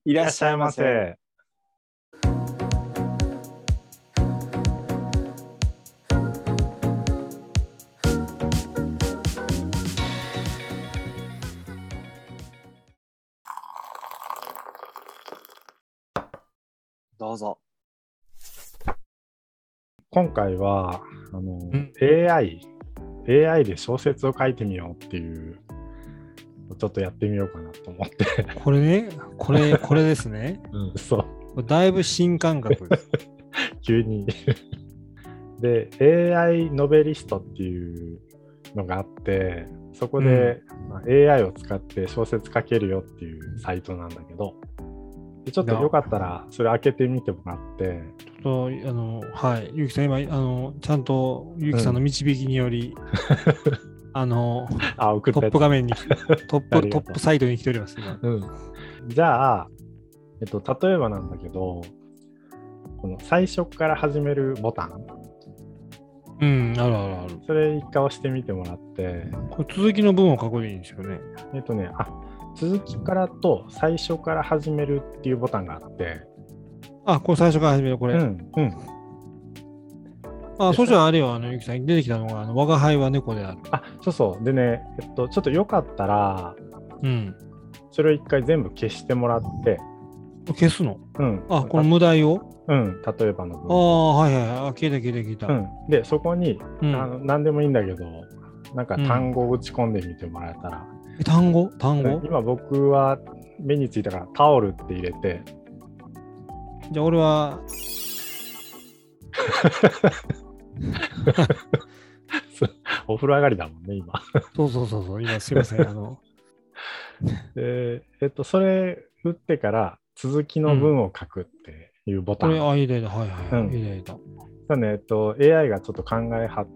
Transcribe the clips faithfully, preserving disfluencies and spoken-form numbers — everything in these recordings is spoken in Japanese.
いらっしゃいませ。どうぞ。 今回はあの エーアイ、エーアイ で小説を書いてみようっていうちょっとやってみようかなと思って。 これね、これ、これですね。 うん、そう。 だいぶ新感覚です。 急に。で、エーアイ ノベリストっていうのがあって、そこで、うんまあ、エーアイ を使って小説書けるよっていうサイトなんだけど、でちょっとよかったらそれ開けてみてもらって。 ちょっと、あの、はい、ゆうきさん、今、あの、ちゃんとゆうきさんの導きにより、うんあのあトップ画面にトップトップサイトに来ております、今。 うん、じゃあ、えっと、例えばなんだけど、この最初から始めるボタン、 うん、あるあるある。 それ一回押してみてもらって、 これ続きの文を書くでいいんですよね。 えっとね、あ、続きからと最初から始めるっていうボタンがあって、 あ、これ最初から始める、これ。 うん、うん。 あ、そしたらあれよ、あの、ゆきさん、出てきたのが、あの我が輩は猫である。 あ、そうそう。でね、えっと、ちょっとよかったら、 うん。 それを一回全部消してもらって、 消すのうん。 あ、この無題をうん、例えばの文。ああ、はいはいはい。消えた消えた消えた。 うん。で、そこに、 うん、 あの何でもいいんだけど、なんか単語を打ち込んでみてもらえたら。 うん、単語単語、 うん、今僕は目についたからタオルって入れて。 じゃあ俺は、 お風呂上がりだもんね、今。 そうそうそうそう、今すいません。あので、えっと、それ打ってから続きの文を書くっていうボタン。 うん、これ、あ、入れた、はいはい、 うん、 入れた。 だね、えっと、エーアイ がちょっと考えはって、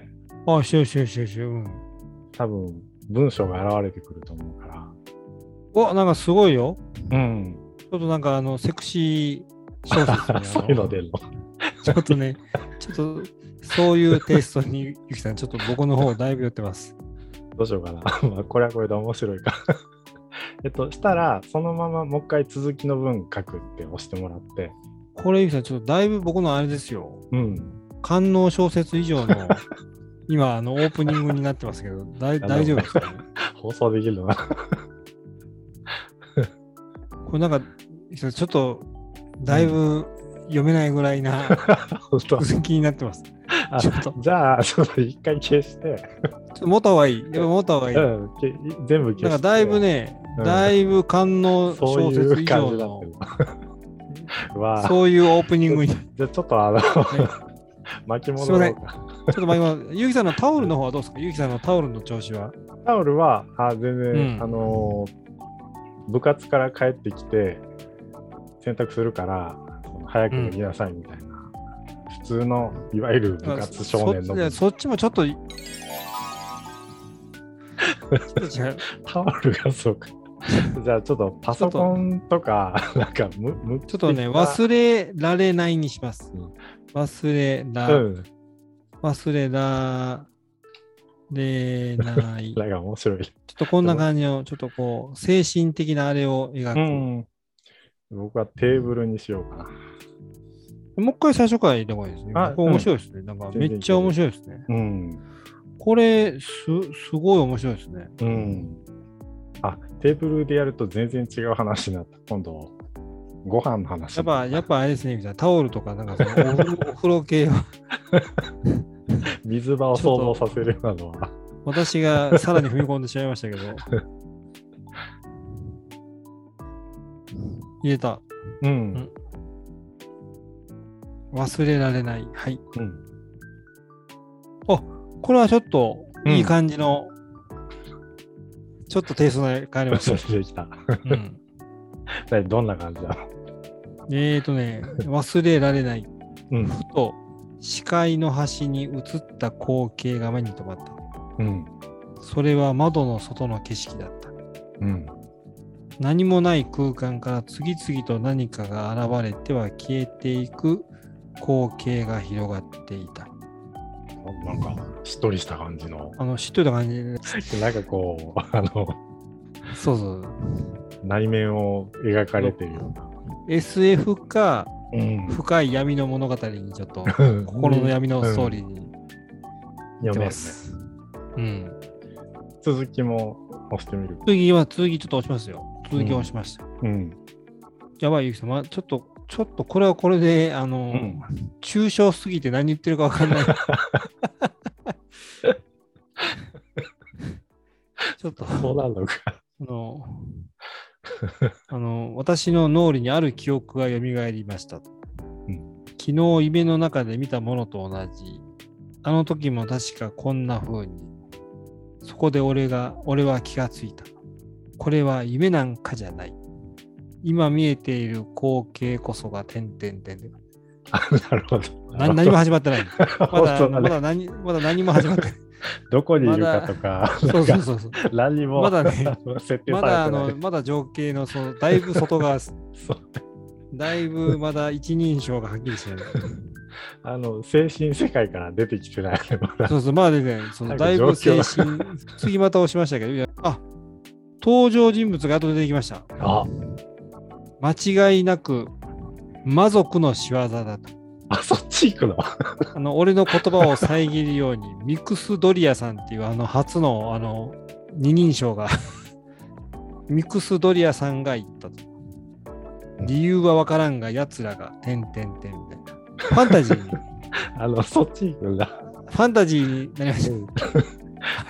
あ、してるしてるしてるしてる。うん。 多分、文章が現れてくると思うから。 お、なんかすごいよ。 うん。 ちょっとなんか、あの、セクシー小説、ね、 そういうの出るの。 ちょっとね、ちょっと、そういうテイストに、ゆきさん、ちょっと僕の方だいぶ寄ってます。 どうしようかな。まあ、これはこれで面白いから。えっと、したら、そのままもう一回続きの文書くって押してもらって。 これ、ゆきさん、ちょっとだいぶ僕のあれですよ。 うん。 官能小説以上の、今、あの、オープニングになってますけど、だ大丈夫ですかね。 放送できるのかな。 これなんか、ちょっと、だいぶ読めないぐらいな続きになってます。 ちょっとじゃあ、ちょっと一回消して。 ちょっと持った方がいい。やっぱ持った方がいい。 うん、全部消して。 なんかだいぶね、うん、だいぶ官能小説以上のそういうオープニングに。 じゃあちょっとあの、はい、巻き戻ろうか。 ちょっと今、ゆうきさんのタオルの方はどうですか？ゆうきさんのタオルの調子は？ タオルは、あ全然、うん、あの、部活から帰ってきて、洗濯するから、早く脱ぎなさいみたいな、うん、普通のいわゆる部活少年のそ, そっちもちょっとちょっと違うタオルがそうかじゃあちょっとパソコンとかなんかむむちょっとね忘れられないにします、うん、忘れら、うん、忘れられないなんか面白い。 ちょっとこんな感じのちょっとこう精神的なあれを描く、うん僕はテーブルにしようかな。 もう一回最初から言った方がいいですね。これ面白いですね。うん、なんかめっちゃ面白いですね。 うん、 これす、すごい面白いですね。 うん。あ、テーブルでやると全然違う話になった。今度、ご飯の話。 やっぱ、やっぱあれですね、タオルとか、なんかそのお風呂、お風呂系は。 水場を想像させるようなのは。 私がさらに踏み込んでしまいましたけど。入れた、 うんうん。 忘れられない。はい。 うん、 あ、これはちょっといい感じの、うん、ちょっとテイストが変わりました。 できた。うん、どんな感じだろう。 えーとね、忘れられない。 うん、 ふと視界の端に映った光景が目に留まった。 うん、 それは窓の外の景色だった。 うん何もない空間から次々と何かが現れては消えていく光景が広がっていた。 なんかしっとりした感じの。 あのしっとりした感じで、 なんかこうあのそうそう。 内面を描かれてるような。 エスエフ か、 うん、 深い闇の物語にちょっと、心の闇のストーリーに似てます。うん。 続きも押してみる。 続きは、続きちょっと押しますよ。続きを押しました。 うん。うん、 やばい、ゆきさん、まあ、ちょっと、ちょっとこれはこれで、あの、うん、抽象すぎて何言ってるか分かんない。ちょっと、 そうなのか。 あの、あの私の脳裏にある記憶が蘇りました、うん。昨日夢の中で見たものと同じ。あの時も確かこんな風に。そこで俺が、俺は気がついた。これは夢なんかじゃない。今見えている光景こそが点々点々。 なるほど。 な何も始まってない。まだ、ね、まだ何、まだ何も始まってない。 どこにいるかとか、 そうそうそうそう。 何もまだね、 設定されてない。 まだあの、まだ情景のそのだいぶ外側、だいぶまだ一人称がはっきりしてない。 あの精神世界から出てきてない。 そうそう、まだ出てない。そのだいぶ精神、次また押しましたけど、あ、登場人物が後で出てきました。 あ、 間違いなく魔族の仕業だと。 あ、そっち行くのあの俺の言葉を遮るようにミクスドリアさんっていうあの初のあの二人称がミクスドリアさんが言ったと。理由はわからんが奴らが点々点みたいな。ファンタジーにあのそっち行くんだ。 ファンタジーになりました。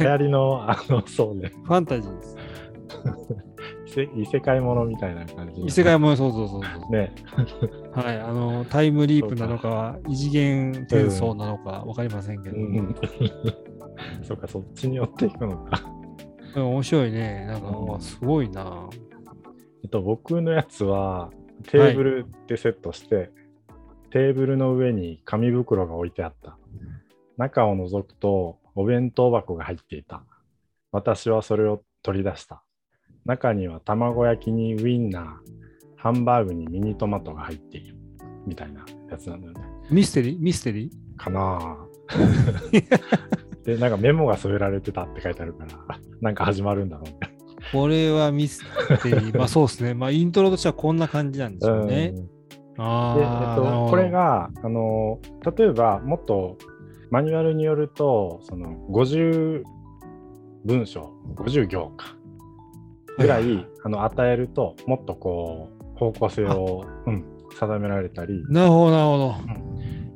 流行りのあのそうね。 ファンタジーです。 異世界ものみたいな感じ。 異世界もの、そうそうそうそう。 ね。 はい、あのタイムリープなのか、異次元転送なのか分かりませんけど。うんうん、 そうか、そっちに寄っていくのか。 面白いね。なんか、うん、すごいな。 えっと、僕のやつは、テーブルでセットして、はい、テーブルの上に紙袋が置いてあった。中を覗くと、お弁当箱が入っていた。私はそれを取り出した。中には卵焼きにウインナー、ハンバーグにミニトマトが入っているみたいなやつなんだよね。 ミステリーミステリーかなで、なんかメモが添えられてたって書いてあるから、なんか始まるんだろうね。 これはミステリー。まあそうですね。まあイントロとしてはこんな感じなんでしょうね。うん、あで、えっと、これが、あの、例えばもっとマニュアルによると、そのごじゅう文章、ごじゅう行か。ぐらい、はい、あの与えるともっとこう方向性を、うん、定められたり。 なるほどなるほど、うん、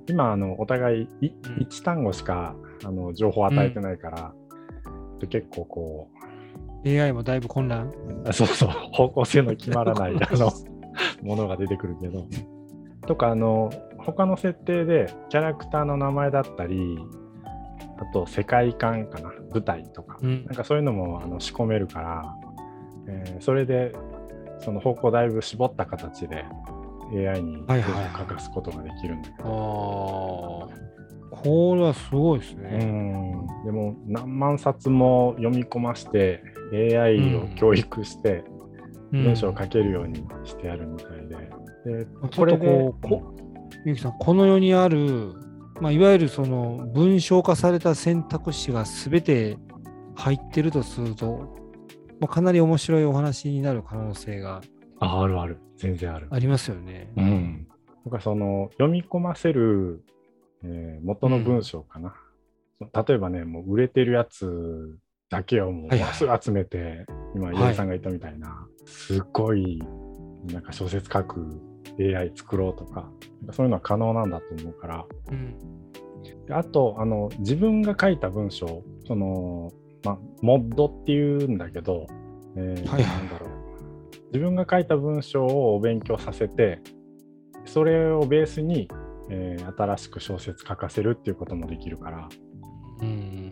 今あのお互いい、うん、いち単語しかあの情報を与えてないから、うん、結構こう エーアイ もだいぶ混乱。 そうそう、方向性の決まらないあのものが出てくるけどとか、あの他の設定でキャラクターの名前だったり、あと世界観かな、舞台とか、うん、なんかそういうのもあの仕込めるから、えー、それでその方向をだいぶ絞った形で エーアイ に書かすことができるんだけど、はいはいはい、あこれはすごいですね。 うん、でも何万冊も読み込まして エーアイ を教育して文章を書けるようにしてやるみたいで、うん、でこれでゆきさん、この世にある、まあ、いわゆるその文章化された選択肢が全て入ってるとすると、かなり面白いお話になる可能性があ, あるある全然あるありますよね。 うん。僕はその読み込ませる、えー、元の文章かな、うん、例えばね、もう売れてるやつだけをもうすぐ集めて、はいはい、今岩井さんが言ったみたいな、はい、すっごいなんか小説書く エーアイ 作ろうとか、そういうのは可能なんだと思うから、うん、であとあの自分が書いた文章、そのまあ、モッドっていうんだけど、えーはいはい、なんだろう、自分が書いた文章をお勉強させて、それをベースに、えー、新しく小説書かせるっていうこともできるから、うん、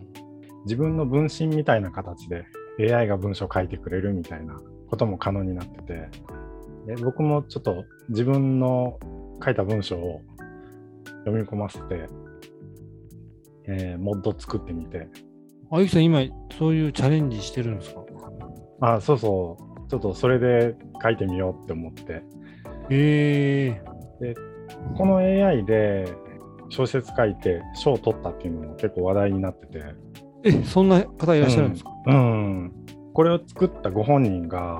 自分の分身みたいな形で エーアイ が文章書いてくれるみたいなことも可能になってて、で僕もちょっと自分の書いた文章を読み込ませて、えー、モッド作ってみて。 あゆきさん、今そういうチャレンジしてるんですか？ あ、そうそう、ちょっとそれで書いてみようって思って。 へーでこの エーアイ で小説書いて賞を取ったっていうのも結構話題になってて。 え、そんな方いらっしゃるんですか？ うん、うん、これを作ったご本人が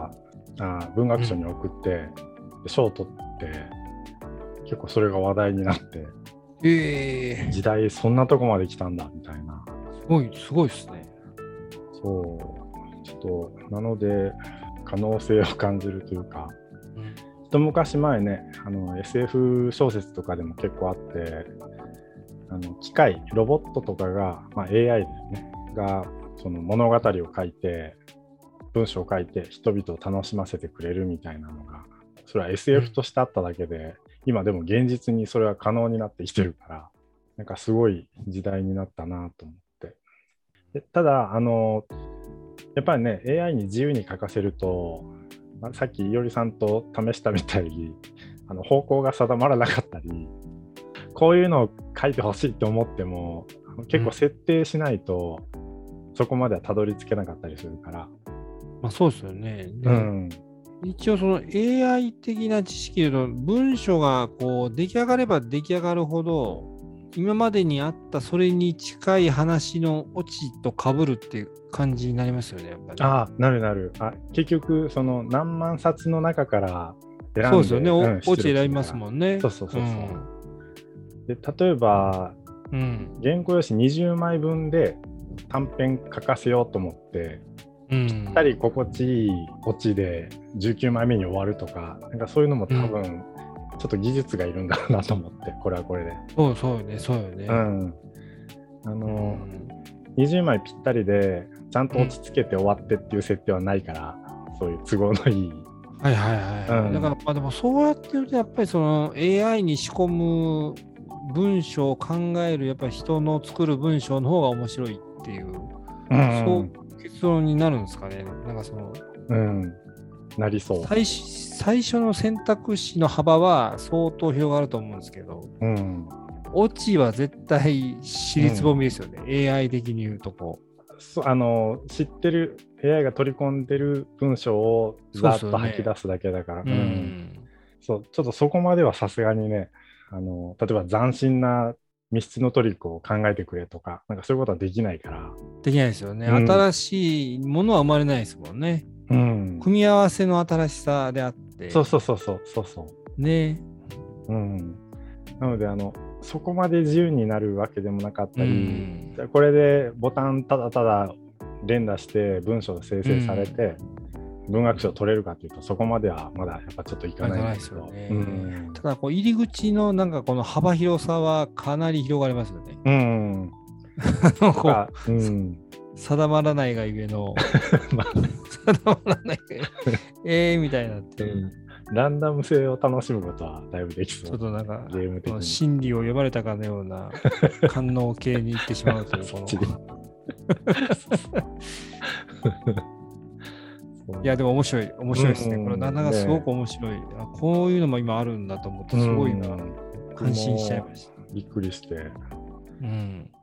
あ文学賞に送って、うん、賞を取って結構それが話題になって、 えー、 時代そんなとこまで来たんだみたいな。 すごいすごいですね。 そうちょっとなので可能性を感じるというか、 うん、 一昔前ねあの エスエフ 小説とかでも結構あって、あの機械ロボットとかが、まあ、エーアイ ですねがその物語を書いて文章を書いて人々を楽しませてくれるみたいなのが、それは エスエフ としてあっただけで、うん、今でも現実にそれは可能になってきてるから、なんかすごい時代になったなと思って。でただあのやっぱりね エーアイ に自由に書かせると、まあ、さっきいおりさんと試したみたいにあの方向が定まらなかったり、こういうのを書いてほしいと思っても結構設定しないとそこまではたどり着けなかったりするから、 まあ、そうですよね。 うん、 一応その エーアイ 的な知識で文章がこう出来上がれば出来上がるほど今までにあったそれに近い話のオチと被るっていう感じになりますよね、やっぱり。 ああ、なるなる。あ、結局その何万冊の中から選んで、 そうですよね、 うん、 オチ選びますもんね。 そうそうそうそう。うん、で例えば、うん、原稿用紙にじゅうまいぶんで短編書かせようと思って、うん、ぴったり心地いいオチでじゅうきゅうまいめに終わるとか、なんかそういうのも多分、うん、ちょっと技術がいるんだろうなと思って、これはこれで。 そうそうよね、そうよね。 うん。あの、うん、にじゅうまいぴったりでちゃんと落ち着けて終わってっていう設定はないから、うん、そういう都合のいい。 はいはいはい。うん、だから、まあでもそうやってると、やっぱりその エーアイ に仕込む文章を考える、やっぱり人の作る文章の方が面白いっていう、うん、そう結論になるんですかね。なんかその、 うん、なりそう。 最, 最初の選択肢の幅は相当広がると思うんですけど、うん、オチは絶対尻つぼみですよね、うん、エーアイ 的に言うとこう。 そあの知ってる エーアイ が取り込んでる文章をざっと吐き出すだけだから、そう、ね、うんうん、そうちょっとそこまではさすがにね、あの例えば斬新な密室のトリックを考えてくれとか、なんかそういうことはできないから。 できないですよね。うん、新しいものは生まれないですもんね。うん、組み合わせの新しさであって。 そうそうそうそうそうそう。 ね。 うん。なのであのそこまで自由になるわけでもなかったり、うん、じゃこれでボタンただただ連打して文章が生成されて、うん、文学賞取れるかというとそこまではまだやっぱちょっといかないんですけど、ね、うん、 ただこう入り口のなんかこの幅広さはかなり広がりますよね。うん。こう、うん、定まらないがゆえの定まらないがゆええーみたいになって、うん、 ランダム性を楽しむことはだいぶできそう。 ちょっとなんかゲーム的に心理を読まれたかのような官能系に行ってしまうというこのいやでも面白い面白いですね、うん、これなかなかすごく面白い、ね、こういうのも今あるんだと思ってすごいな、うん、感心しちゃいました。 びっくりして、 うん